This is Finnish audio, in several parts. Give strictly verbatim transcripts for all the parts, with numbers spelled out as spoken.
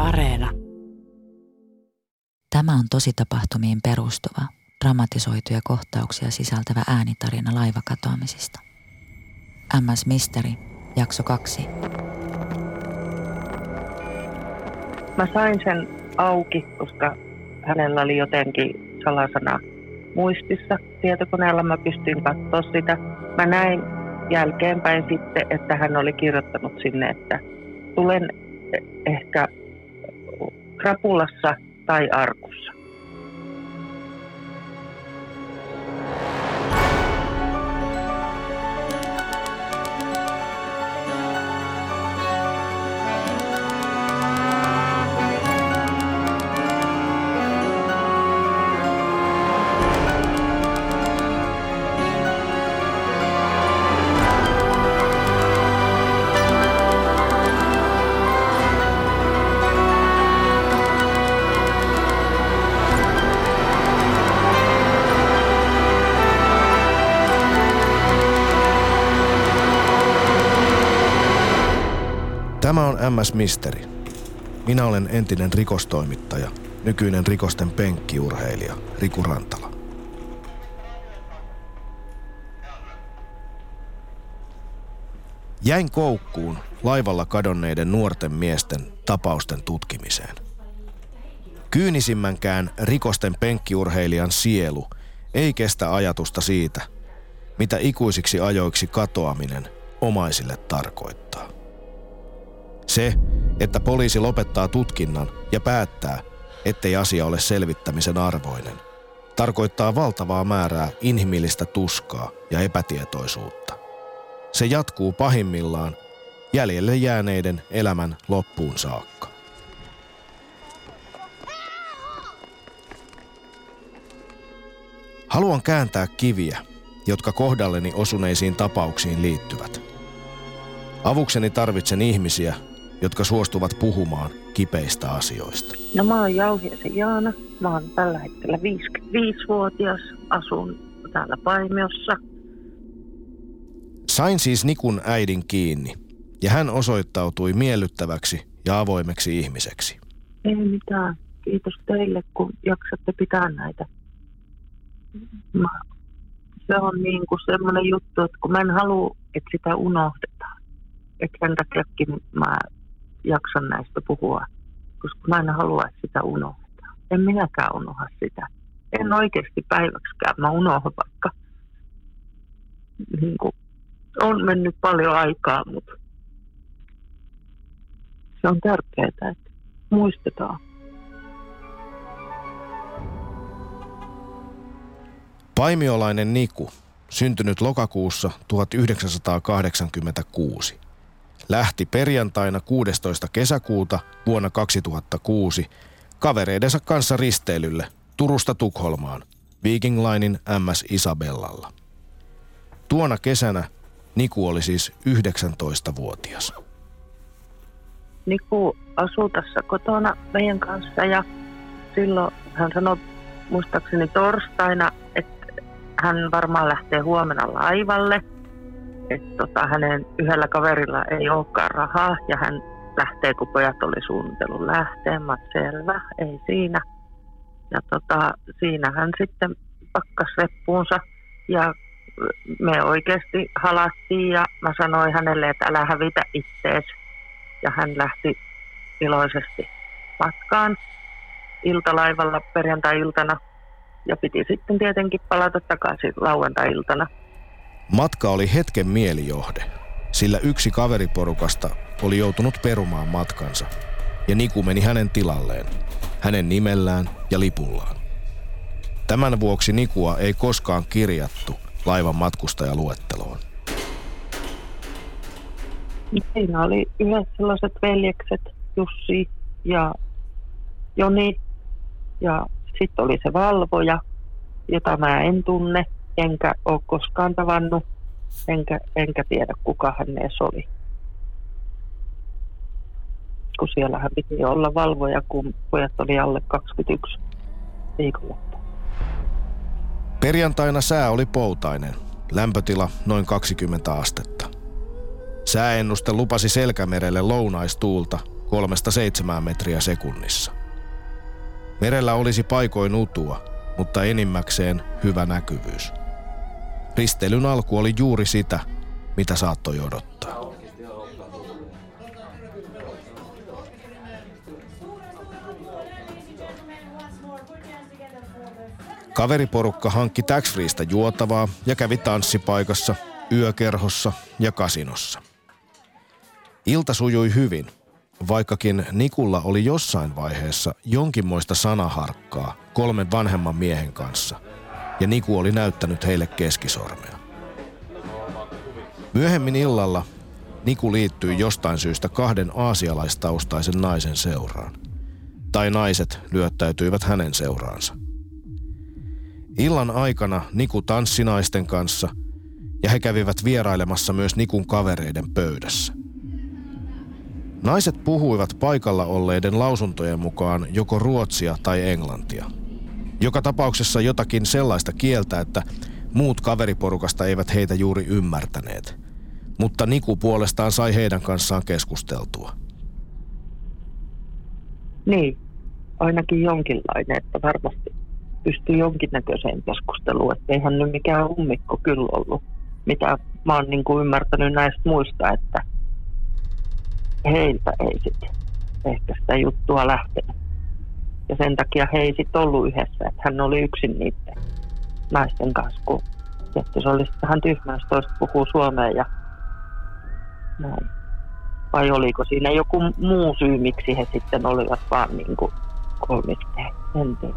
Areena. Tämä on tositapahtumiin perustuva, dramatisoituja kohtauksia sisältävä äänitarina laivakatoamisista. M S Mystery, jakso kaksi. Mä sain sen auki, koska hänellä oli jotenkin salasana muistissa tietokoneella. Mä pystyin katsoa sitä. Mä näin jälkeenpäin sitten, että hän oli kirjoittanut sinne, että tulen ehkä krapulassa tai arkussa. Tämä on M S Mystery. Minä olen entinen rikostoimittaja, nykyinen rikosten penkkiurheilija Riku Rantala. Jäin koukkuun laivalla kadonneiden nuorten miesten tapausten tutkimiseen. Kyynisimmänkään rikosten penkkiurheilijan sielu ei kestä ajatusta siitä, mitä ikuisiksi ajoiksi katoaminen omaisille tarkoittaa. Se, että poliisi lopettaa tutkinnan ja päättää, ettei asia ole selvittämisen arvoinen, tarkoittaa valtavaa määrää inhimillistä tuskaa ja epätietoisuutta. Se jatkuu pahimmillaan jäljelle jääneiden elämän loppuun saakka. Haluan kääntää kiviä, jotka kohdalleni osuneisiin tapauksiin liittyvät. Avukseni tarvitsen ihmisiä, jotka suostuvat puhumaan kipeistä asioista. No mä oon Jauhiaisen Jaana. Mä oon tällä hetkellä viisikymmentäviisivuotias. Asun täällä Paimiossa. Sain siis Nikun äidin kiinni ja hän osoittautui miellyttäväksi ja avoimeksi ihmiseksi. Ei mitään. Kiitos teille, kun jaksatte pitää näitä. Mä, se on niin kuin semmoinen juttu, että kun mä en halua, että sitä unohdetaan. Että sen takiakin mä jaksan näistä puhua, koska mä en halua, että sitä unohdetaan. En minäkään unohda sitä. En oikeasti päiväksikään. Mä unohdan vaikka. Niin kuin, on mennyt paljon aikaa, mutta se on tärkeää, että muistetaan. Paimiolainen Niku, syntynyt lokakuussa tuhatyhdeksänsataakahdeksankymmentäkuusi, lähti perjantaina kuudestoista kesäkuuta vuonna kaksituhattakuusi kavereidensa kanssa risteilylle Turusta Tukholmaan Viking Linen M S Isabellalla. Tuona kesänä Niku oli siis yhdeksäntoistavuotias. Niku asuu tässä kotona meidän kanssa ja silloin hän sanoi muistaakseni torstaina, että hän varmaan lähtee huomenna laivalle. Että tota, hänen yhdellä kaverilla ei olekaan rahaa ja hän lähtee, kun pojat oli suunnitellut lähteen. Mä selvä, ei siinä. Ja tota, siinä hän sitten pakkas reppuunsa ja me oikeasti halattiin ja mä sanoin hänelle, että älä hävitä ittees. Ja hän lähti iloisesti matkaan iltalaivalla perjantai-iltana ja piti sitten tietenkin palata takaisin lauantai-iltana. Matka oli hetken mielijohde, sillä yksi kaveriporukasta oli joutunut perumaan matkansa ja Niku meni hänen tilalleen, hänen nimellään ja lipullaan. Tämän vuoksi Nikua ei koskaan kirjattu laivan matkustajaluetteloon. Siinä oli yhdet sellaiset veljekset, Jussi ja Joni, ja sitten oli se valvoja, jota mä en tunne, enkä ole koskaan tavannut, enkä, enkä tiedä kuka hän edes oli. Kun siellähän piti olla valvoja, kun pojat oli alle kaksikymmentäyksi viikonloppu. Perjantaina sää oli poutainen, lämpötila noin kaksikymmentä astetta. Sääennuste lupasi Selkämerelle lounaistuulta kolmesta seitsemään metriä sekunnissa. Merellä olisi paikoin utua, mutta enimmäkseen hyvä näkyvyys. Risteilyn alku oli juuri sitä, mitä saattoi odottaa. Kaveriporukka hankki tax-freesta juotavaa ja kävi tanssipaikassa, yökerhossa ja kasinossa. Ilta sujui hyvin, vaikkakin Nikulla oli jossain vaiheessa jonkinmoista sanaharkkaa kolmen vanhemman miehen kanssa, ja Niku oli näyttänyt heille keskisormea. Myöhemmin illalla Niku liittyi jostain syystä kahden aasialaistaustaisen naisen seuraan. Tai naiset lyöttäytyivät hänen seuraansa. Illan aikana Niku tanssi naisten kanssa ja he kävivät vierailemassa myös Nikun kavereiden pöydässä. Naiset puhuivat paikalla olleiden lausuntojen mukaan joko ruotsia tai englantia. Joka tapauksessa jotakin sellaista kieltä, että muut kaveriporukasta eivät heitä juuri ymmärtäneet. Mutta Niku puolestaan sai heidän kanssaan keskusteltua. Niin, ainakin jonkinlainen, että varmasti pystyy jonkinnäköiseen keskusteluun, että eihän nyt mikään ummikko kyllä ollut. Mitä mä oon niin kuin ymmärtänyt näistä muista, että heiltä ei sitten ehkä sitä juttua lähtenyt. Ja sen takia he ei sitten ollut yhdessä, että hän oli yksin niiden naisten kanssa, kun se oli sitten vähän tyhmää, jos toista puhuu suomea ja näin. Vai oliko siinä joku muu syy, miksi he sitten olivat vaan niin kuin kolmikseen, en tiedä.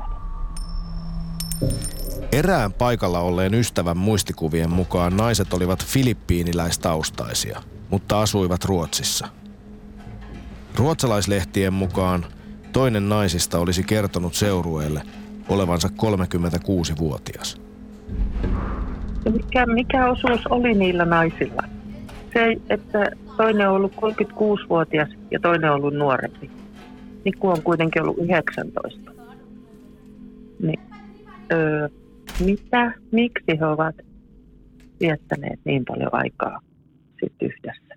Erään paikalla olleen ystävän muistikuvien mukaan naiset olivat filippiiniläistaustaisia, mutta asuivat Ruotsissa. Ruotsalaislehtien mukaan toinen naisista olisi kertonut seurueelle olevansa kolmekymmentäkuusivuotias. Mikä, mikä osuus oli niillä naisilla? Se, että toinen on ollut kolmekymmentäkuusivuotias ja toinen on ollut nuorempi. Niku on kuitenkin ollut yhdeksäntoista. Niin, öö, mitä, miksi he ovat viettäneet niin paljon aikaa sitten yhdessä?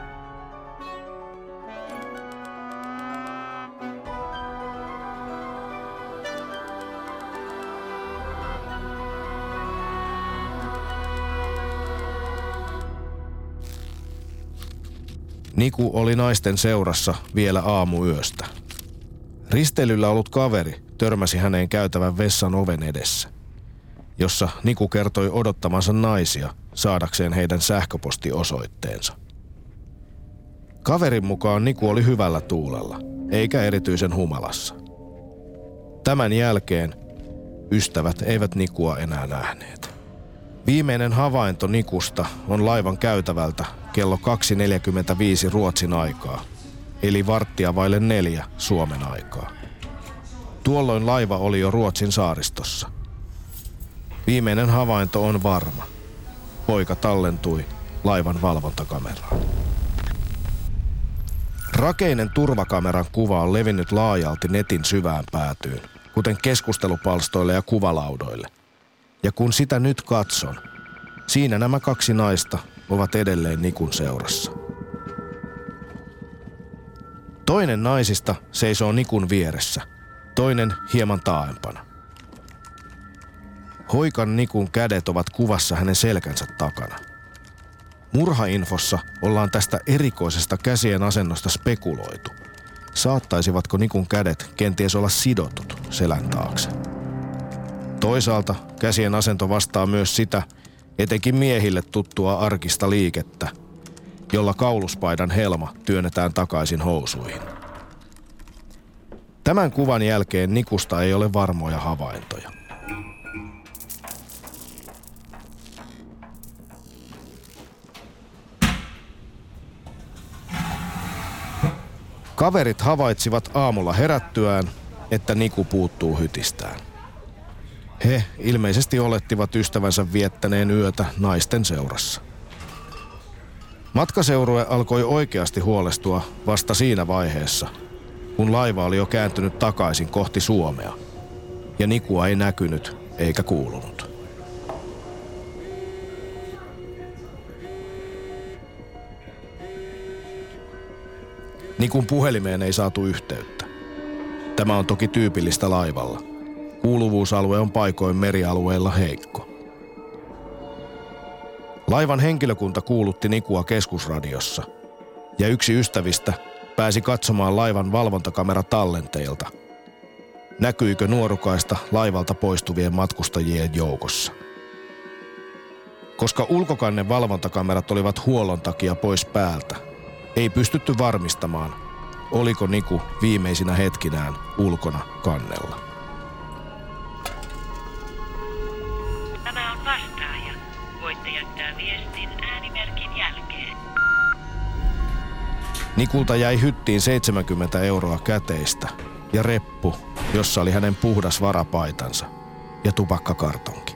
Niku oli naisten seurassa vielä aamuyöstä. Risteilyllä ollut kaveri törmäsi häneen käytävän vessan oven edessä, jossa Niku kertoi odottamansa naisia saadakseen heidän sähköpostiosoitteensa. Kaverin mukaan Niku oli hyvällä tuulella, eikä erityisen humalassa. Tämän jälkeen ystävät eivät Nikua enää nähneet. Viimeinen havainto Nikusta on laivan käytävältä kello kaksi neljäkymmentäviisi Ruotsin aikaa, eli varttia vaille neljä Suomen aikaa. Tuolloin laiva oli jo Ruotsin saaristossa. Viimeinen havainto on varma. Poika tallentui laivan valvontakameraan. Rakeinen turvakameran kuva on levinnyt laajalti netin syvään päätyyn, kuten keskustelupalstoille ja kuvalaudoille. Ja kun sitä nyt katson, siinä nämä kaksi naista ovat edelleen Nikun seurassa. Toinen naisista seisoo Nikun vieressä, toinen hieman taaempana. Hoikan Nikun kädet ovat kuvassa hänen selkänsä takana. Murhainfossa ollaan tästä erikoisesta käsien asennosta spekuloitu. Saattaisivatko Nikun kädet kenties olla sidotut selän taakse? Toisaalta käsien asento vastaa myös sitä, etenkin miehille tuttua arkista liikettä, jolla kauluspaidan helma työnnetään takaisin housuihin. Tämän kuvan jälkeen Nikusta ei ole varmoja havaintoja. Kaverit havaitsivat aamulla herättyään, että Niku puuttuu hytistään. He ilmeisesti olettivat ystävänsä viettäneen yötä naisten seurassa. Matkaseurue alkoi oikeasti huolestua vasta siinä vaiheessa, kun laiva oli jo kääntynyt takaisin kohti Suomea, ja Nikua ei näkynyt eikä kuulunut. Nikun puhelimeen ei saatu yhteyttä. Tämä on toki tyypillistä laivalla. Kuuluvuusalue on paikoin merialueilla heikko. Laivan henkilökunta kuulutti Nikua keskusradiossa, ja yksi ystävistä pääsi katsomaan laivan valvontakameratallenteilta. Näkyykö nuorukaista laivalta poistuvien matkustajien joukossa? Koska ulkokannen valvontakamerat olivat huollon takia pois päältä, ei pystytty varmistamaan, oliko Niku viimeisinä hetkinään ulkona kannella. Tämä on vastaaja. Voitte jättää viestin äänimerkin jälkeen. Nikulta jäi hyttiin seitsemänkymmentä euroa käteistä ja reppu, jossa oli hänen puhdas varapaitansa ja tupakkakartonki.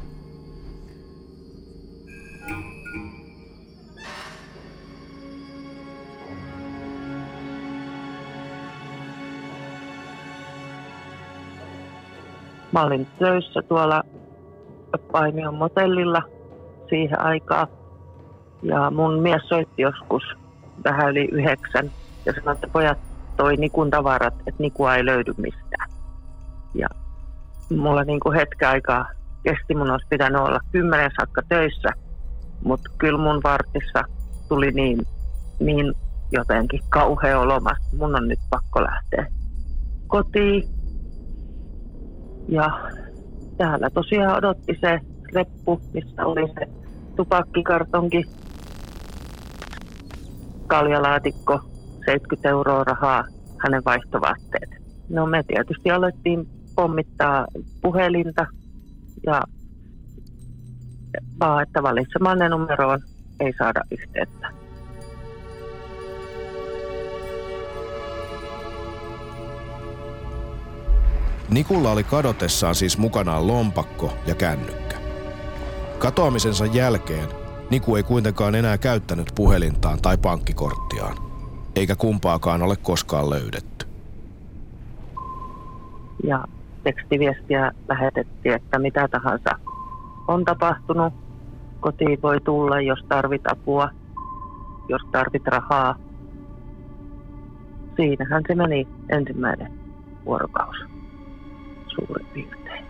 Mä olin töissä tuolla Paimion motellilla siihen aikaan. Ja mun mies soitti joskus vähän yli yhdeksän ja sanoi, että pojat toi Nikun tavarat, että Nikua ei löydy mistään. Ja mulla niinku hetken aikaa kesti, mun olisi pitänyt olla kymmenen saakka töissä, mutta kyllä mun vartissa tuli niin, niin jotenkin kauhea olomasta. Mun on nyt pakko lähteä kotiin. Ja täällä tosiaan odotti se reppu, missä oli se tupakkikartonki, kaljalaatikko, seitsemänkymmentä euroa rahaa, hänen vaihtovaatteet. No me tietysti alettiin pommittaa puhelinta ja vaan, että valitsemanne numeroon ei saada yhteyttä. Nikulla oli kadotessaan siis mukanaan lompakko ja kännykkä. Katoamisensa jälkeen Niku ei kuitenkaan enää käyttänyt puhelintaan tai pankkikorttiaan, eikä kumpaakaan ole koskaan löydetty. Ja tekstiviestiä lähetettiin, että mitä tahansa on tapahtunut. Kotiin voi tulla, jos tarvit apua, jos tarvit rahaa. Siinähän se meni ensimmäinen vuorokausi suurin piirtein.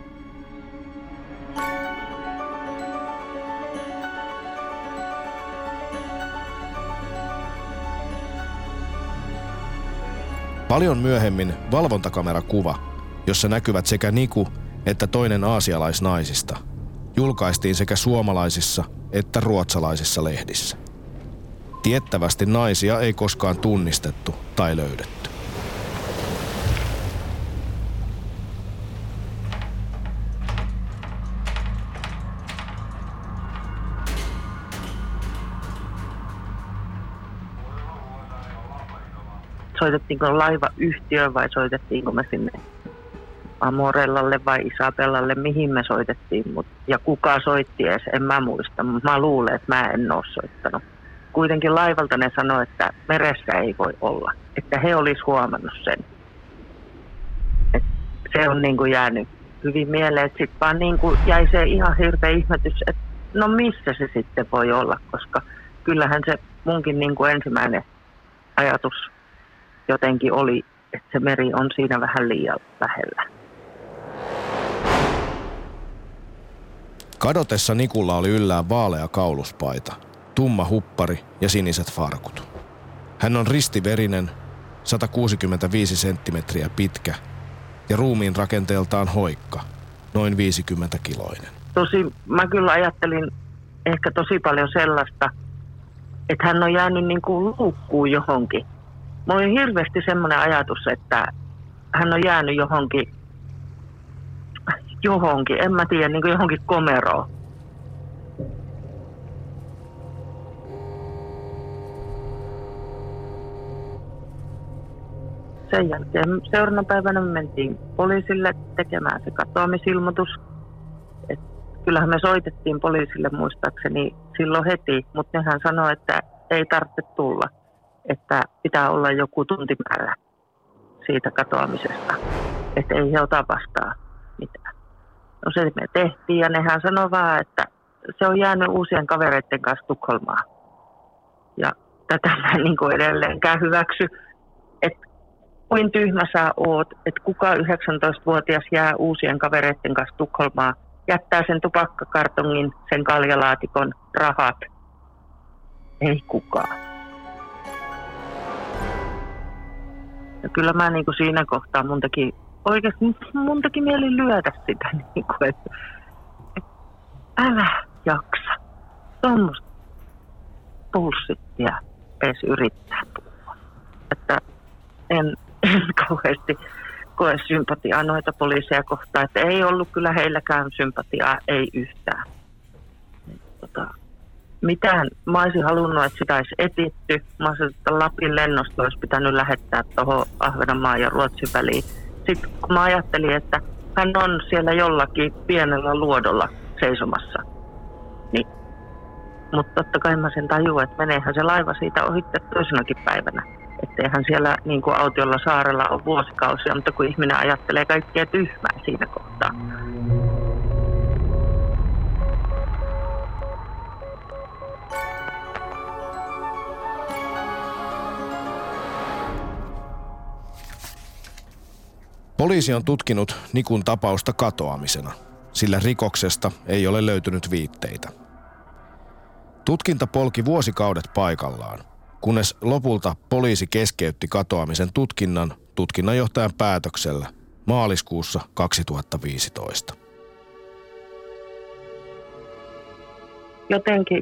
Paljon myöhemmin valvontakamerakuva, jossa näkyvät sekä Niku että toinen aasialaisnaisista, julkaistiin sekä suomalaisissa että ruotsalaisissa lehdissä. Tiettävästi naisia ei koskaan tunnistettu tai löydetty. Soitettiinko laivayhtiöön vai soitettiinko me sinne Amorellalle vai Isabellalle, mihin me soitettiin. Mut, ja kuka soitti edes, en mä muista. Mä luulen, että mä en ole soittanut. Kuitenkin laivalta ne sanoi, että meressä ei voi olla. Että he olisi huomannut sen. Et se on niinku jäänyt hyvin mieleen. Sitten vaan niinku jäi se ihan hirveä ihmetys, että no missä se sitten voi olla. Koska kyllähän se munkin niinku ensimmäinen ajatus jotenkin oli, että se meri on siinä vähän liian lähellä. Kadotessa Nikulla oli yllään vaalea kauluspaita, tumma huppari ja siniset farkut. Hän on ristiverinen, sata kuusikymmentäviisi senttimetriä pitkä ja ruumiin rakenteeltaan hoikka, noin viisikymmentä kiloinen. Tosi, mä kyllä ajattelin ehkä tosi paljon sellaista, että hän on jäänyt niin kuin luukkuun johonkin. Mulla oli hirveästi semmoinen ajatus, että hän on jäänyt johonkin, johonkin, en mä tiedä, niin kuin johonkin komeroon. Sen jälkeen seuraavana päivänä me mentiin poliisille tekemään se katoamisilmoitus. Et kyllähän me soitettiin poliisille muistaakseni silloin heti, mutta nehän sanoi, että ei tarvitse tulla. Että pitää olla joku tuntimäärä siitä katoamisesta, että ei he ota vastaan mitään. No se me tehtiin ja nehän sanoi vaan, että se on jäänyt uusien kavereiden kanssa Tukholmaan. Ja tätä mä en niin kuin edelleenkään hyväksy, kuin tyhmä sä oot, että kuka yhdeksäntoistavuotias jää uusien kavereiden kanssa Tukholmaan, jättää sen tupakkakartongin, sen kaljalaatikon, rahat. Ei kukaan. Ja kyllä mä niin kuin siinä kohtaa mun teki, oikeasti mun teki mieli lyödä sitä, niin kuin, että, että älä jaksa. Tuommoista bullshittia edes yrittää puhua. Että en, en kauheasti koe sympatiaa noita poliiseja kohtaan, että ei ollut kyllä heilläkään sympatiaa, ei yhtään. Tota, mitään, mä olisin halunnut, että sitä olisi etitty. Mä olisin, että Lapin lennosta olisi pitänyt lähettää tuohon Ahvenanmaan ja Ruotsin väliin. Sitten kun mä ajattelin, että hän on siellä jollakin pienellä luodolla seisomassa, niin, mutta totta kai mä sen tajuan, että meneehän se laiva siitä ohitte toisenakin päivänä. Etteihän siellä niin kuin autiolla saarella ole vuosikausia, mutta kun ihminen ajattelee kaikkea tyhmää siinä kohtaa. Poliisi on tutkinut Nikun tapausta katoamisena, sillä rikoksesta ei ole löytynyt viitteitä. Tutkinta polki vuosikaudet paikallaan, kunnes lopulta poliisi keskeytti katoamisen tutkinnan tutkinnanjohtajan päätöksellä maaliskuussa kaksituhattaviisitoista. Jotenkin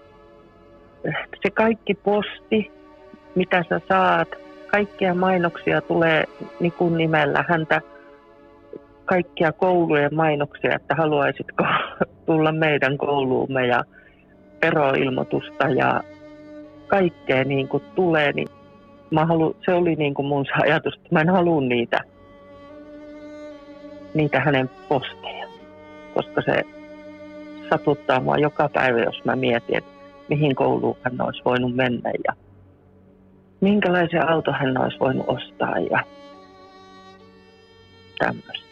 se kaikki posti, mitä sä saat, kaikkia mainoksia tulee Nikun nimellä, häntä kaikkia koulujen mainoksia, että haluaisitko tulla meidän kouluumme ja veroilmoitusta ja kaikkea niin kuin tulee, niin mä halu, se oli niin kuin mun ajatus, että mä en halua niitä, niitä hänen posteja, koska se satuttaa mua joka päivä, jos mä mietin, että mihin kouluun hän olisi voinut mennä ja minkälaisen auto hän olisi voinut ostaa ja tämmöistä.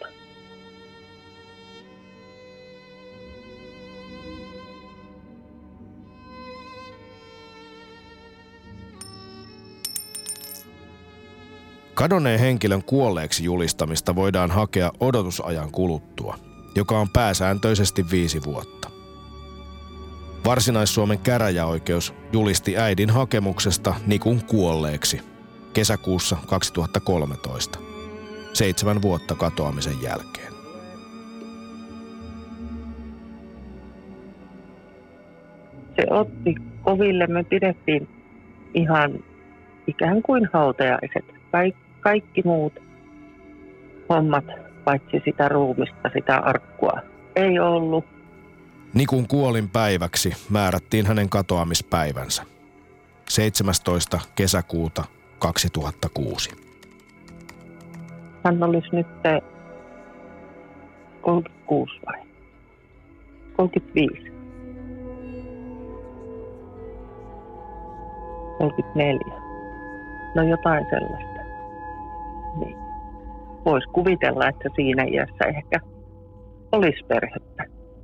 Kadonneen henkilön kuolleeksi julistamista voidaan hakea odotusajan kuluttua, joka on pääsääntöisesti viisi vuotta. Varsinais-Suomen käräjäoikeus julisti äidin hakemuksesta Nikun kuolleeksi kesäkuussa kaksituhattakolmetoista, seitsemän vuotta katoamisen jälkeen. Se otti koville. Me pidettiin ihan ikään kuin hautajaiset. Kaik- kaikki muut hommat, paitsi sitä ruumista, sitä arkkua, ei ollut. Nikun kuolinpäiväksi määrättiin hänen katoamispäivänsä, seitsemästoista kesäkuuta kaksituhattakuusi. Hän olisi nyt kolmekymmentäkuusi vai? kolmekymmentäviisi. kolmekymmentäneljä. No jotain sellaista. Niin. Voisi kuvitella, että siinä iässä ehkä olisi perhettä.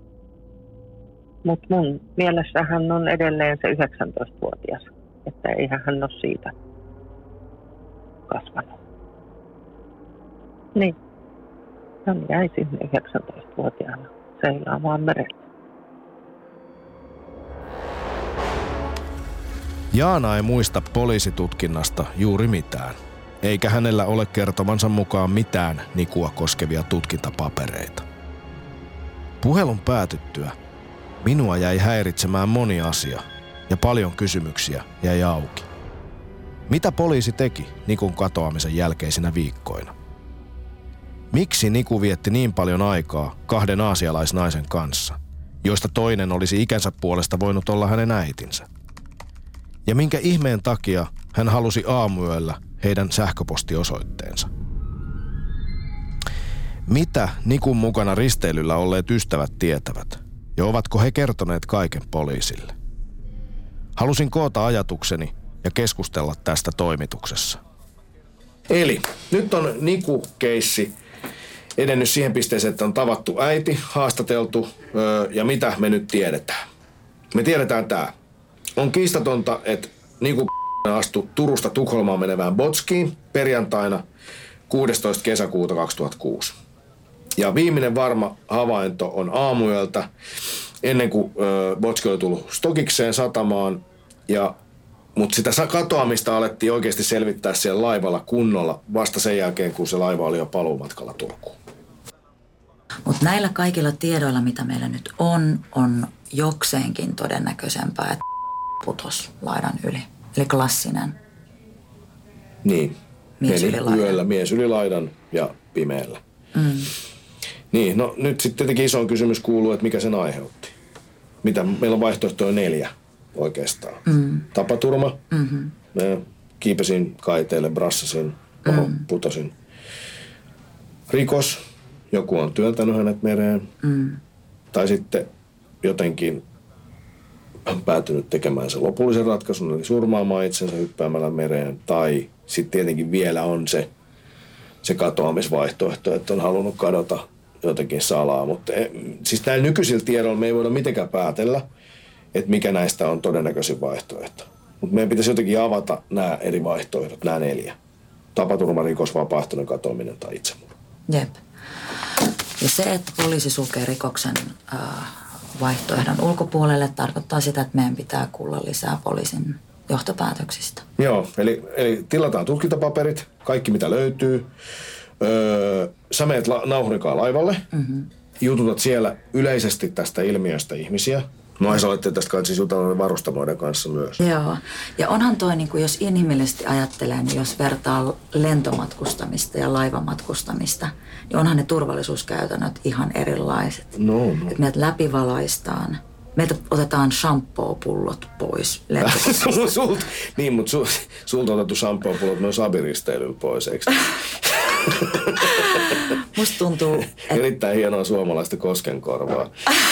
Mutta mun mielessä hän on edelleen se yhdeksäntoistavuotias, että eihän hän ole siitä kasvanut. Niin, hän jäi sinne yhdeksäntoistavuotiaana seilaamaan merelle. Jaana ei muista poliisitutkinnasta juuri mitään, eikä hänellä ole kertomansa mukaan mitään Nikua koskevia tutkintapapereita. Puhelun päätyttyä minua jäi häiritsemään moni asia ja paljon kysymyksiä jäi auki. Mitä poliisi teki Nikun katoamisen jälkeisinä viikkoina? Miksi Niku vietti niin paljon aikaa kahden aasialaisnaisen kanssa, joista toinen olisi ikänsä puolesta voinut olla hänen äitinsä? Ja minkä ihmeen takia hän halusi aamuyöllä heidän sähköpostiosoitteensa? Mitä Nikun mukana risteilyllä olleet ystävät tietävät? Ja ovatko he kertoneet kaiken poliisille? Halusin koota ajatukseni ja keskustella tästä toimituksessa. Eli nyt on Niku-keissi edennyt siihen pisteeseen, että on tavattu äiti, haastateltu öö, ja mitä me nyt tiedetään. Me tiedetään tää. On kiistatonta, että Niku astui Turusta Tukholmaan menevään Botskiin perjantaina kuudestoista kesäkuuta kaksituhattakuusi. Ja viimeinen varma havainto on aamuyöltä, ennen kuin ö, Botski oli tullut Stokikseen satamaan. Ja, mutta sitä katoamista alettiin oikeasti selvittää siellä laivalla kunnolla vasta sen jälkeen, kun se laiva oli jo paluumatkalla Turkuun. Mutta näillä kaikilla tiedoilla, mitä meillä nyt on, on jokseenkin todennäköisempää, että putos laidan yli. Eli klassinen. Niin. Mies yli laidan. Yöllä mies yli laidan ja pimeällä. Mm. Niin, no nyt sitten tietenkin iso kysymys kuuluu, että mikä sen aiheutti. Mitä? Meillä on vaihtoehtoja neljä oikeastaan. Mm. Tapaturma. Mm-hmm. Mä kiipesin kaiteelle, brassasin, mm. putosin. Rikos. Joku on työntänyt hänet mereen. Mm. Tai sitten jotenkin on päätynyt tekemään sen lopullisen ratkaisun, eli surmaamaan itsensä hyppäämällä mereen. Tai sitten tietenkin vielä on se, se katoamisvaihtoehto, että on halunnut kadota jotenkin salaa. Mutta siis näillä nykyisillä tiedoilla me ei voida mitenkään päätellä, että mikä näistä on todennäköisin vaihtoehto. Mutta meidän pitäisi jotenkin avata nämä eri vaihtoehdot, nämä neljä. Tapaturma, rikos, vapaaehtoinen katoaminen tai itsemurha. Jep. Ja se, että poliisi sulkee rikoksen äh, vaihtoehdon ulkopuolelle, tarkoittaa sitä, että meidän pitää kuulla lisää poliisin johtopäätöksistä. Joo, eli, eli tilataan tutkintapaperit, kaikki mitä löytyy. Öö, sä meet la- nauhurikaan laivalle, mm-hmm. jututat siellä yleisesti tästä ilmiöstä ihmisiä. No sä olette tästä kanssa siis jutellut varustamoiden kanssa myös. Joo, ja onhan toi, niin kuin jos inhimillisesti ajattelee, niin jos vertaa lentomatkustamista ja laivamatkustamista, niin onhan ne turvallisuuskäytännöt ihan erilaiset. No, no. Että meidät läpivalaistaan, meiltä otetaan shampoo-pullot pois lentokoneesta. Sult, niin, mutta su, sulta on otettu shampoo-pullot myös abiristeilyllä pois, eikö? Musta tuntuu, että... Erittäin hienoa suomalaista koskenkorvaa.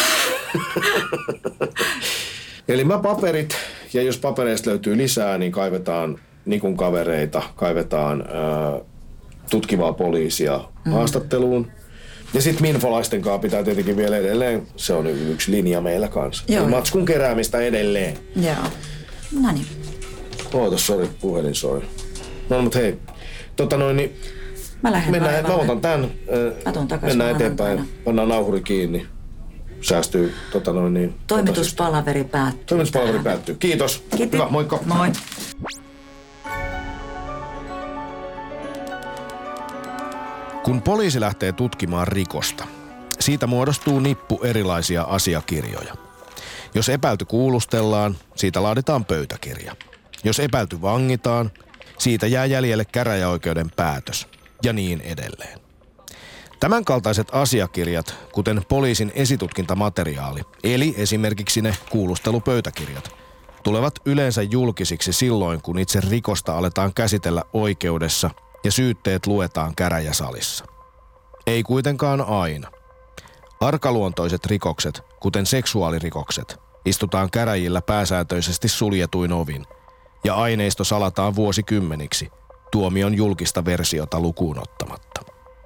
Eli mä paperit, ja jos papereista löytyy lisää, niin kaivetaan Nikun kavereita, kaivetaan ää, tutkivaa poliisia mm. haastatteluun. Ja sitten minfolaisten kanssa pitää tietenkin vielä edelleen, se on yksi linja meillä kanssa. Joo, matskun keräämistä edelleen. Joo, no niin. Ootas, sori, puhelin soi. No mutta hei, tota noin niin... Mä lähden mennään, mä otan tän, mä tuun takaisin. Mennään eteenpäin, pannaan nauhuri kiinni. Säästyy, tota noin niin... Toimituspalaveri päättyy. Toimituspalaveri päättyy. Kiitos. Kiitos. Hyvä, moikka. Moi. Kun poliisi lähtee tutkimaan rikosta, siitä muodostuu nippu erilaisia asiakirjoja. Jos epäilty kuulustellaan, siitä laaditaan pöytäkirja. Jos epäilty vangitaan, siitä jää jäljelle käräjäoikeuden päätös ja niin edelleen. Tämänkaltaiset asiakirjat, kuten poliisin esitutkintamateriaali, eli esimerkiksi ne kuulustelupöytäkirjat, tulevat yleensä julkisiksi silloin, kun itse rikosta aletaan käsitellä oikeudessa ja syytteet luetaan käräjäsalissa. Ei kuitenkaan aina. Arkaluontoiset rikokset, kuten seksuaalirikokset, istutaan käräjillä pääsääntöisesti suljetuin ovin, ja aineisto salataan vuosikymmeniksi, tuomion julkista versiota lukuun ottamatta.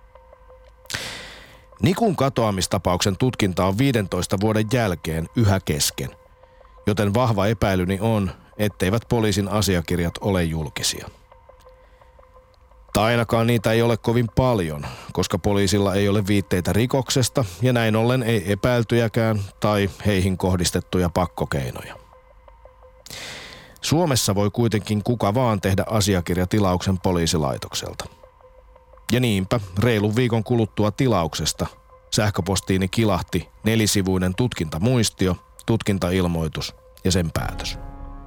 Nikun katoamistapauksen tutkinta on viidentoista vuoden jälkeen yhä kesken, joten vahva epäilyni on, etteivät poliisin asiakirjat ole julkisia. Tai ainakaan niitä ei ole kovin paljon, koska poliisilla ei ole viitteitä rikoksesta ja näin ollen ei epäiltyjäkään tai heihin kohdistettuja pakkokeinoja. Suomessa voi kuitenkin kuka vaan tehdä asiakirjatilauksen poliisilaitokselta. Ja niinpä reilun viikon kuluttua tilauksesta sähköpostiini kilahti nelisivuinen tutkintamuistio, tutkintailmoitus ja sen päätös.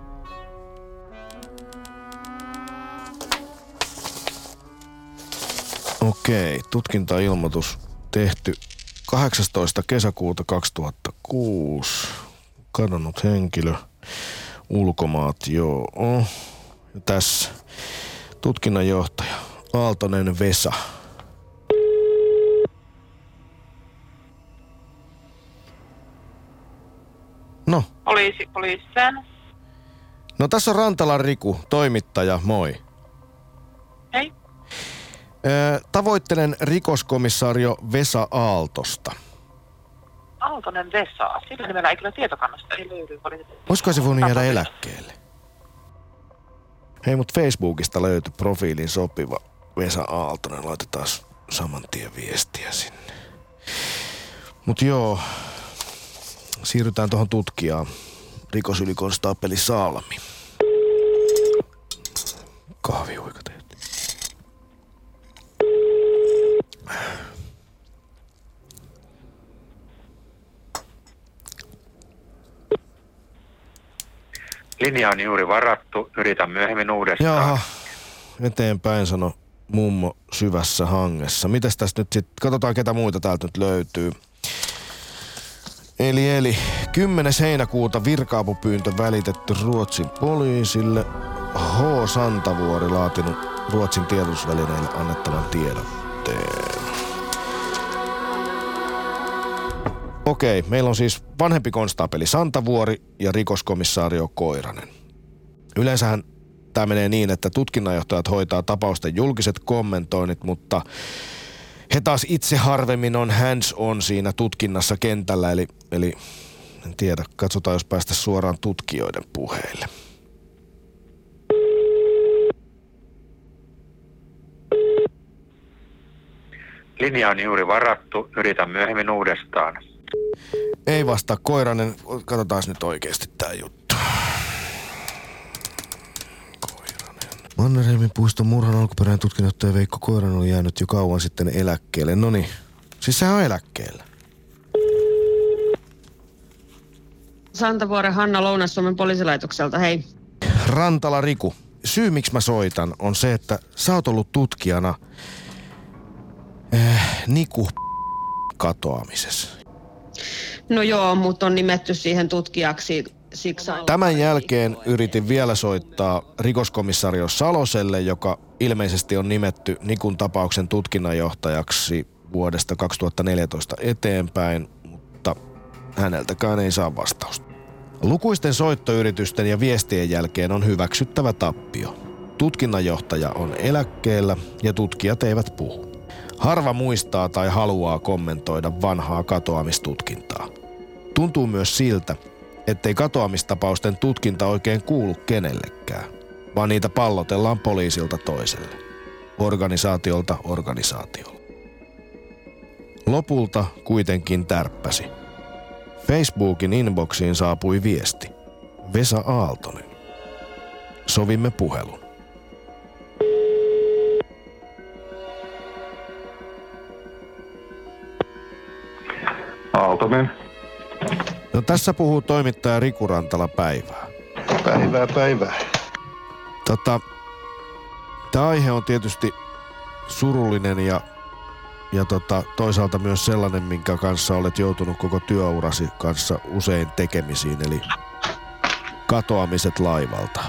Okei, tutkintailmoitus tehty kahdeksastoista kesäkuuta kaksituhattakuusi. Kadonnut henkilö, ulkomaat, joo. Ja tässä tutkinnanjohtaja Aaltonen Vesa. No. Poliisi, poliisään. No tässä on Rantalan Riku, toimittaja, moi. Hei. Ö, tavoittelen rikoskomissaario Vesa Aaltosta. Aaltonen Vesa. Sillä nimellä ei kyllä tietokannasta ei löydy. Olisiko se voinut jäädä eläkkeelle? Hei, mut Facebookista löytyi profiilin sopiva Vesa Aaltonen. Laitetaan saman tien viestiä sinne. Mut joo, siirrytään tuohon tutkijaan. Rikosylikonstaapeli Salmi. Kahvihuika tehty. Linja on juuri varattu. Yritän myöhemmin uudestaan. Jaha, eteenpäin sano mummo syvässä hangessa. Mitäs tästä nyt sitten? Katsotaan ketä muita täältä nyt löytyy. Eli, eli kymmenes heinäkuuta virka-apupyyntö välitetty Ruotsin poliisille. H. Santavuori laatinut Ruotsin tiedotusvälineille annettavan tiedotteen. Okei, meillä on siis vanhempi konstaapeli Santavuori ja rikoskomissaario Koiranen. Yleensähän tämä menee niin, että tutkinnanjohtajat hoitaa tapausten julkiset kommentoinnit, mutta he taas itse harvemmin on hands on siinä tutkinnassa kentällä, eli, eli en tiedä, katsotaan jos päästä suoraan tutkijoiden puheille. Linja on juuri varattu. Yritän myöhemmin uudestaan. Ei vastaa Koiranen. Katsotaan nyt oikeasti tää juttu. Koiranen. Mannerheimin puiston murhan alkuperäinen tutkinnanjohtaja Veikko Koiranen on jäänyt jo kauan sitten eläkkeelle. Noniin, siis sehän on eläkkeellä. Santavuoren Hanna Lounais-Suomen poliisilaitokselta, hei. Rantala Riku. Syy miksi mä soitan on se, että sä oot ollut tutkijana äh, Niku katoamisessa. No joo, mut on nimetty siihen tutkijaksi siksi. Tämän jälkeen yritin vielä soittaa rikoskomissario Saloselle, joka ilmeisesti on nimetty Nikun tapauksen tutkinnanjohtajaksi vuodesta kaksituhattaneljätoista eteenpäin, mutta häneltäkään ei saa vastausta. Lukuisten soittoyritysten ja viestien jälkeen on hyväksyttävä tappio. Tutkinnanjohtaja on eläkkeellä ja tutkijat eivät puhu. Harva muistaa tai haluaa kommentoida vanhaa katoamistutkintaa. Tuntuu myös siltä, ettei katoamistapausten tutkinta oikein kuulu kenellekään, vaan niitä pallotellaan poliisilta toiselle. Organisaatiolta organisaatiolle. Lopulta kuitenkin tärppäsi. Facebookin inboxiin saapui viesti. Vesa Aaltonen. Sovimme puhelun. Aaltonen. No tässä puhuu toimittaja Riku Rantala Päivää. Päivää, päivää. Tota, tämä aihe on tietysti surullinen ja, ja tota, toisaalta myös sellainen, minkä kanssa olet joutunut koko työurasi kanssa usein tekemisiin, eli katoamiset laivalta.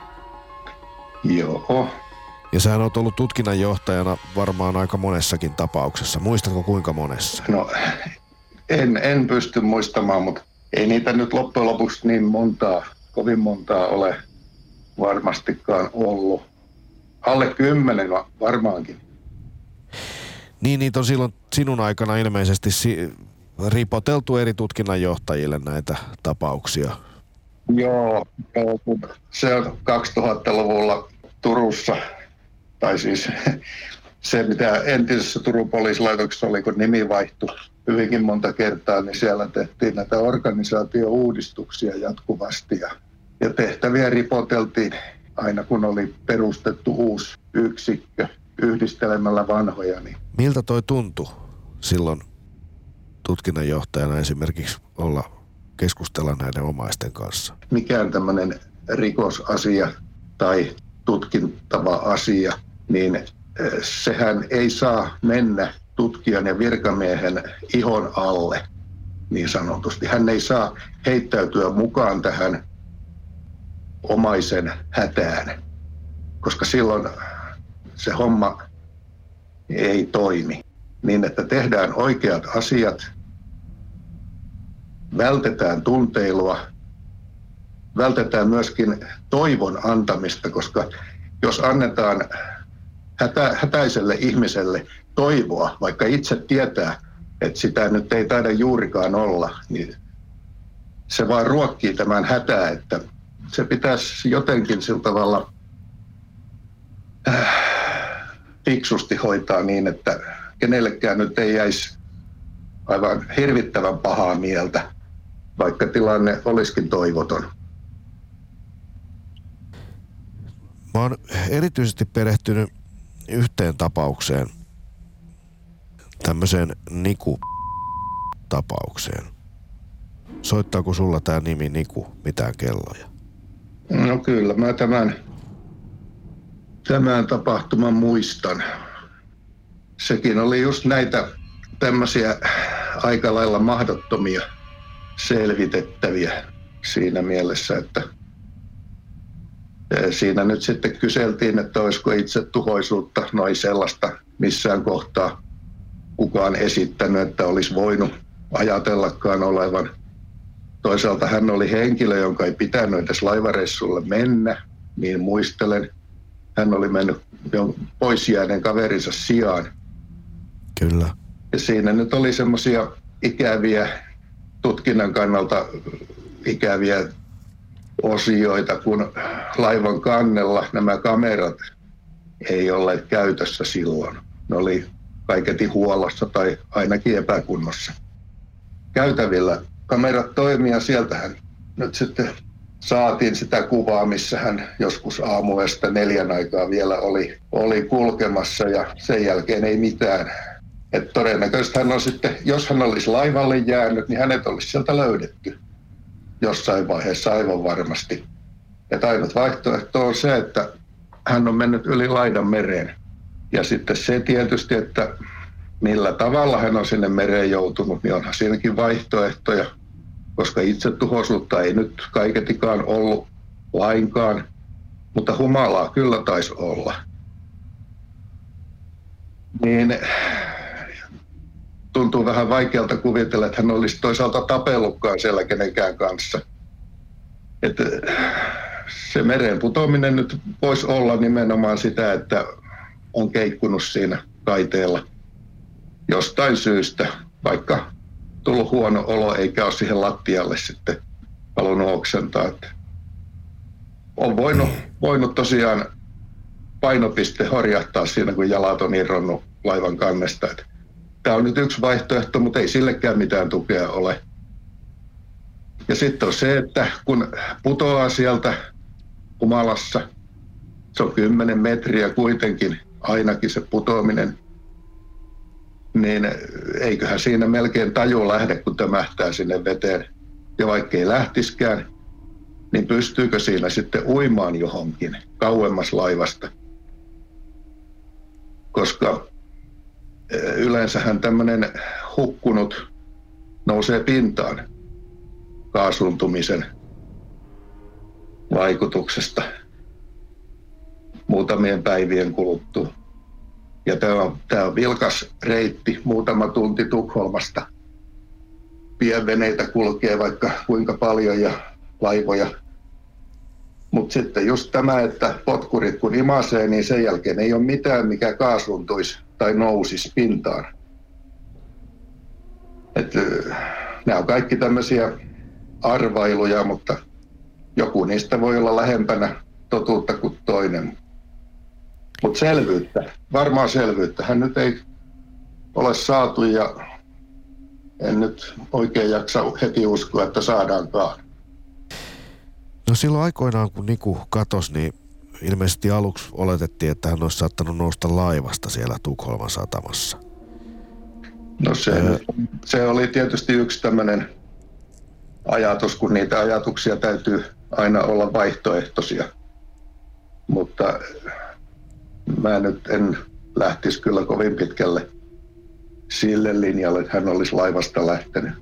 Joo. Ja sähän oot ollut tutkinnanjohtajana varmaan aika monessakin tapauksessa. Muistatko kuinka monessa? No, en, en pysty muistamaan, mutta ei niitä nyt loppujen lopuksi niin montaa, kovin montaa ole varmastikaan ollut. Alle kymmenen varmaankin. Niin, niitä on silloin sinun aikana ilmeisesti si- ripoteltu eri tutkinnanjohtajille näitä tapauksia. Joo, se on kaksituhattaluvulla Turussa, tai siis se mitä entisessä Turun poliisilaitoksessa oli, kun nimi vaihtui hyvinkin monta kertaa, niin siellä tehtiin näitä organisaatio-uudistuksia jatkuvasti ja, ja tehtäviä ripoteltiin aina kun oli perustettu uusi yksikkö yhdistelemällä vanhoja. Niin miltä toi tuntui silloin tutkinnanjohtajana esimerkiksi olla keskustella näiden omaisten kanssa? Mikään tämmöinen rikosasia tai tutkittava asia, niin sehän ei saa mennä tutkijan ja virkamiehen ihon alle niin sanotusti. Hän ei saa heittäytyä mukaan tähän omaisen hätään, koska silloin se homma ei toimi. Niin, että tehdään oikeat asiat, vältetään tunteilua, vältetään myöskin toivon antamista, koska jos annetaan hätä, hätäiselle ihmiselle toivoa, vaikka itse tietää, että sitä nyt ei taida juurikaan olla, niin se vaan ruokkii tämän hätää, että se pitäisi jotenkin sillä tavalla äh, fiksusti hoitaa niin, että kenellekään nyt ei jäisi aivan hirvittävän pahaa mieltä, vaikka tilanne olisikin toivoton. Mä oon erityisesti perehtynyt yhteen tapaukseen, tämmöiseen Niku-tapaukseen. Soittaako sulla tää nimi Niku mitään kelloja? No kyllä, mä tämän, tämän tapahtuman muistan. Sekin oli just näitä tämmöisiä aika lailla mahdottomia selvitettäviä siinä mielessä, että siinä nyt sitten kyseltiin, että olisiko itsetuhoisuutta, no ei sellaista missään kohtaa kukaan esittänyt, että olisi voinut ajatellakaan olevan. Toisaalta hän oli henkilö, jonka ei pitänyt edes laivareissulle mennä, niin muistelen. Hän oli mennyt pois jääneen kaverinsa sijaan. Kyllä. Ja siinä nyt oli semmoisia ikäviä, tutkinnan kannalta ikäviä osioita, kun laivan kannella nämä kamerat ei olleet käytössä silloin. Ne oli kaiketi huollossa tai ainakin epäkunnossa. Käytävillä kamerat toimii ja sieltähän nyt sitten saatiin sitä kuvaa, missä hän joskus aamuyöstä neljän aikaa vielä oli, oli kulkemassa ja sen jälkeen ei mitään. Et todennäköisesti hän on sitten, jos hän olisi laivalle jäänyt, niin hänet olisi sieltä löydetty jossain vaiheessa aivan varmasti. Ja ainut vaihtoehto on se, että hän on mennyt yli laidan mereen. Ja sitten se tietysti, että millä tavalla hän on sinne mereen joutunut, niin onhan siinäkin vaihtoehtoja, koska itsetuhoisuutta ei nyt kaiketikaan ollut lainkaan, mutta humalaa kyllä taisi olla. Niin tuntuu vähän vaikealta kuvitella, että hän olisi toisaalta tapellutkaan siellä kenenkään kanssa. Että se mereen putoaminen nyt voisi olla nimenomaan sitä, että on keikkunut siinä kaiteella jostain syystä, vaikka tullut huono olo eikä ole siihen lattialle sitten halunnut oksentaa. Että on voinut, voinut tosiaan painopiste horjahtaa siinä, kun jalat on irronnut laivan kannesta. Tämä on nyt yksi vaihtoehto, mutta ei sillekään mitään tukea ole. Ja sitten on se, että kun putoaa sieltä humalassa, se on kymmenen metriä kuitenkin ainakin se putoaminen, niin eiköhän siinä melkein taju lähde, kun tömähtää sinne veteen. Ja vaikka ei lähtiskään, niin pystyykö siinä sitten uimaan johonkin kauemmas laivasta? Koska yleensähän tämmöinen hukkunut nousee pintaan kaasuntumisen vaikutuksesta muutamien päivien kuluttua. Ja tämä on, tämä on vilkas reitti, muutama tunti Tukholmasta. Pienveneitä kulkee vaikka kuinka paljon ja laivoja. Mutta sitten just tämä, että potkurit kun imasee, niin sen jälkeen ei ole mitään, mikä kaasuntuisi tai nousisi pintaan. Et, nämä on kaikki tämmöisiä arvailuja, mutta joku niistä voi olla lähempänä totuutta kuin toinen. Mutta selvyyttä, varmaan selvyyttä. Hän nyt ei ole saatu ja en nyt oikein jaksa heti uskoa, että saadaankaan. No silloin aikoinaan, kun Niku katosi, niin ilmeisesti aluksi oletettiin, että hän olisi saattanut nousta laivasta siellä Tukholman satamassa. No se, öö. se oli tietysti yksi tämmöinen ajatus, kun niitä ajatuksia täytyy aina olla vaihtoehtoisia. Mutta mä nyt en lähtisi kyllä kovin pitkälle sille linjalle, että hän olisi laivasta lähtenyt.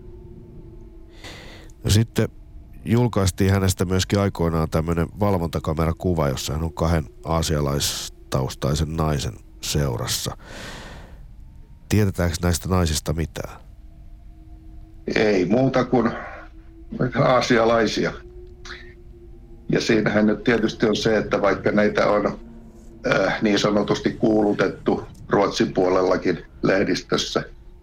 No sitten julkaistiin hänestä myöskin aikoinaan tämmöinen valvontakamerakuva, jossa hän on kahden aasialaistaustaisen naisen seurassa. Tiedetäänkö näistä naisista mitään? Ei muuta kuin aasialaisia. Ja siinähän nyt tietysti on se, että vaikka näitä on äh, niin sanotusti kuulutettu Ruotsin puolellakin lehdistössä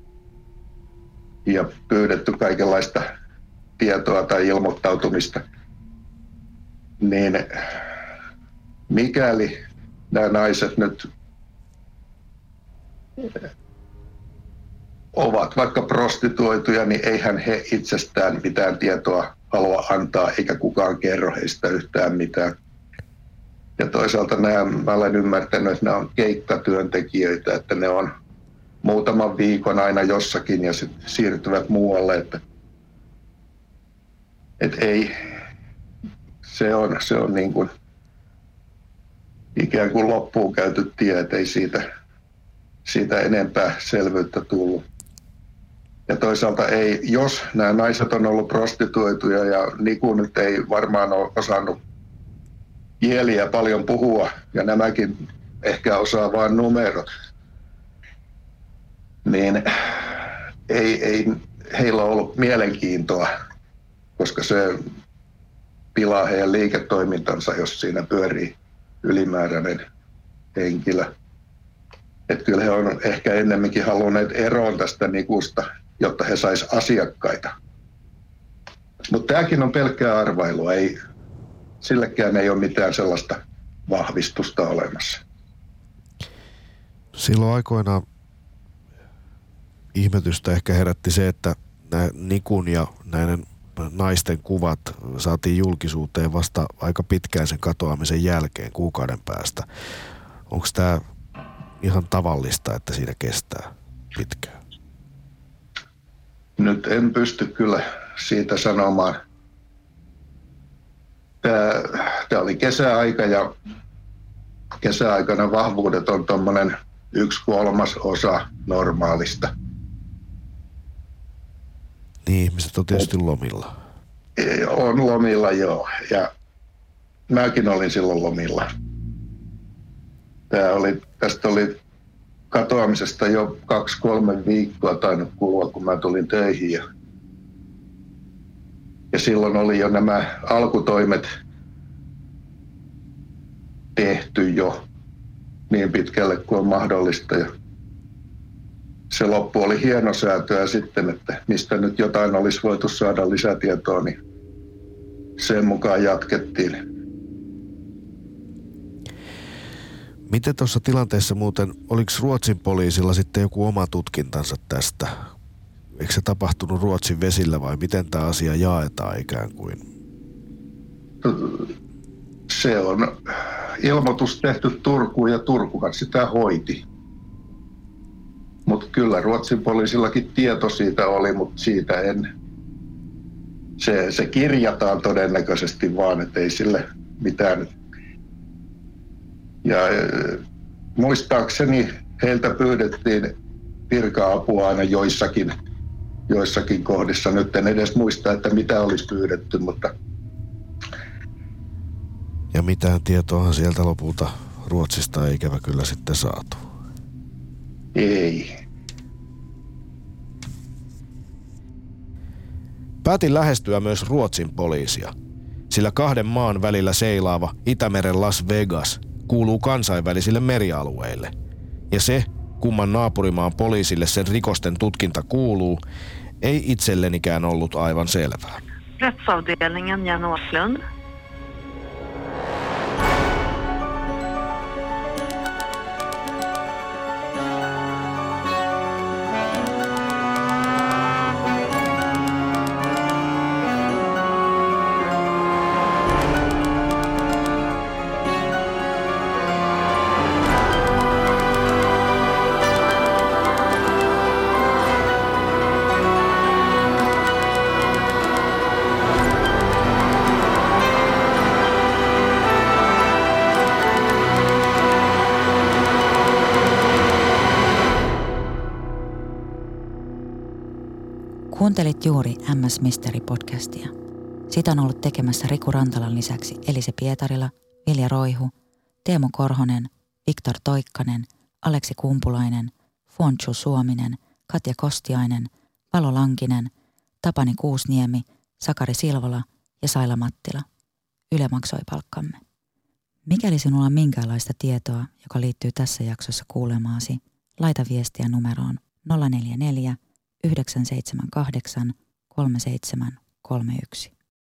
ja pyydetty kaikenlaista tietoa tai ilmoittautumista, niin mikäli nämä naiset nyt ovat vaikka prostituoituja, niin eihän he itsestään mitään tietoa halua antaa, eikä kukaan kerro heistä yhtään mitään. Ja toisaalta nämä, mä olen ymmärtänyt, että nämä on keikkatyöntekijöitä, että ne on muutaman viikon aina jossakin ja sitten siirtyvät muualle. Että, et ei, se on, se on niin kuin ikään kuin loppuun käyty tie, että ei siitä, siitä enempää selvyyttä tullut. Ja toisaalta ei, jos nämä naiset on ollut prostituoituja ja Niku nyt ei varmaan ole osannut kieliä paljon puhua ja nämäkin ehkä osaa vain numerot, niin ei, ei heillä ole ollut mielenkiintoa, koska se pilaa heidän liiketoimintansa, jos siinä pyörii ylimääräinen henkilö. Että kyllä he on ehkä ennemminkin halunneet eroon tästä Nikusta, jotta he sais asiakkaita. Mutta tämäkin on pelkkää arvailua. Ei, sillekään ei ole mitään sellaista vahvistusta olemassa. Silloin aikoinaan ihmetystä ehkä herätti se, että Nikun ja näiden naisten kuvat saatiin julkisuuteen vasta aika pitkään sen katoamisen jälkeen, kuukauden päästä. Onko tämä ihan tavallista, että siinä kestää pitkään? Nyt en pysty kyllä siitä sanomaan. Tämä, tämä oli kesäaika ja kesäaikana vahvuudet on tuommoinen yksi kolmas osa normaalista. Niin, ihmiset on tietysti lomilla. On lomilla, joo. Ja mäkin olin silloin lomilla. Tämä oli, tästä oli katoamisesta jo kaksi, kolme viikkoa tainnut kulua, kun mä tulin töihin. Ja, ja silloin oli jo nämä alkutoimet tehty jo niin pitkälle kuin on mahdollista. Ja se loppu oli hienosäätöä sitten, että mistä nyt jotain olisi voitu saada lisätietoa, niin sen mukaan jatkettiin. Miten tuossa tilanteessa muuten, oliko Ruotsin poliisilla sitten joku oma tutkintansa tästä? Eikö se tapahtunut Ruotsin vesillä vai miten tämä asia jaetaan ikään kuin? Se on ilmoitus tehty Turkuun ja Turkuhan sitä hoiti. Mutta kyllä Ruotsin poliisillakin tieto siitä oli, mutta siitä en. Se, se kirjataan todennäköisesti vaan, että ei sille mitään. Ja muistaakseni heiltä pyydettiin virka-apua aina joissakin, joissakin kohdissa. Nyt en edes muista, että mitä olisi pyydetty, mutta... Ja mitään tietoahan sieltä lopulta Ruotsista ei ikävä kyllä sitten saatu. Ei. Päätin lähestyä myös Ruotsin poliisia, sillä kahden maan välillä seilaava Itämeren Las Vegas kuuluu kansainvälisille merialueille. Ja se, kumman naapurimaan poliisille sen rikosten tutkinta kuuluu, ei itsellenikään ollut aivan selvää. Rättsavdelningen Jan Åslund. Kuuntelit juuri M S Mystery-podcastia. Sitä on ollut tekemässä Riku Rantalan lisäksi Elise Pietarila, Vilja Roihu, Teemu Korhonen, Viktor Toikkanen, Aleksi Kumpulainen, Fuonchu Suominen, Katja Kostiainen, Valo Lankinen, Tapani Kuusniemi, Sakari Silvola ja Saila Mattila. Yle maksoi palkkamme. Mikäli sinulla on minkäänlaista tietoa, joka liittyy tässä jaksossa kuulemaasi, laita viestiä numeroon nolla neljä neljä yhdeksän seitsemän kahdeksan kolme seitsemän kolme yksi.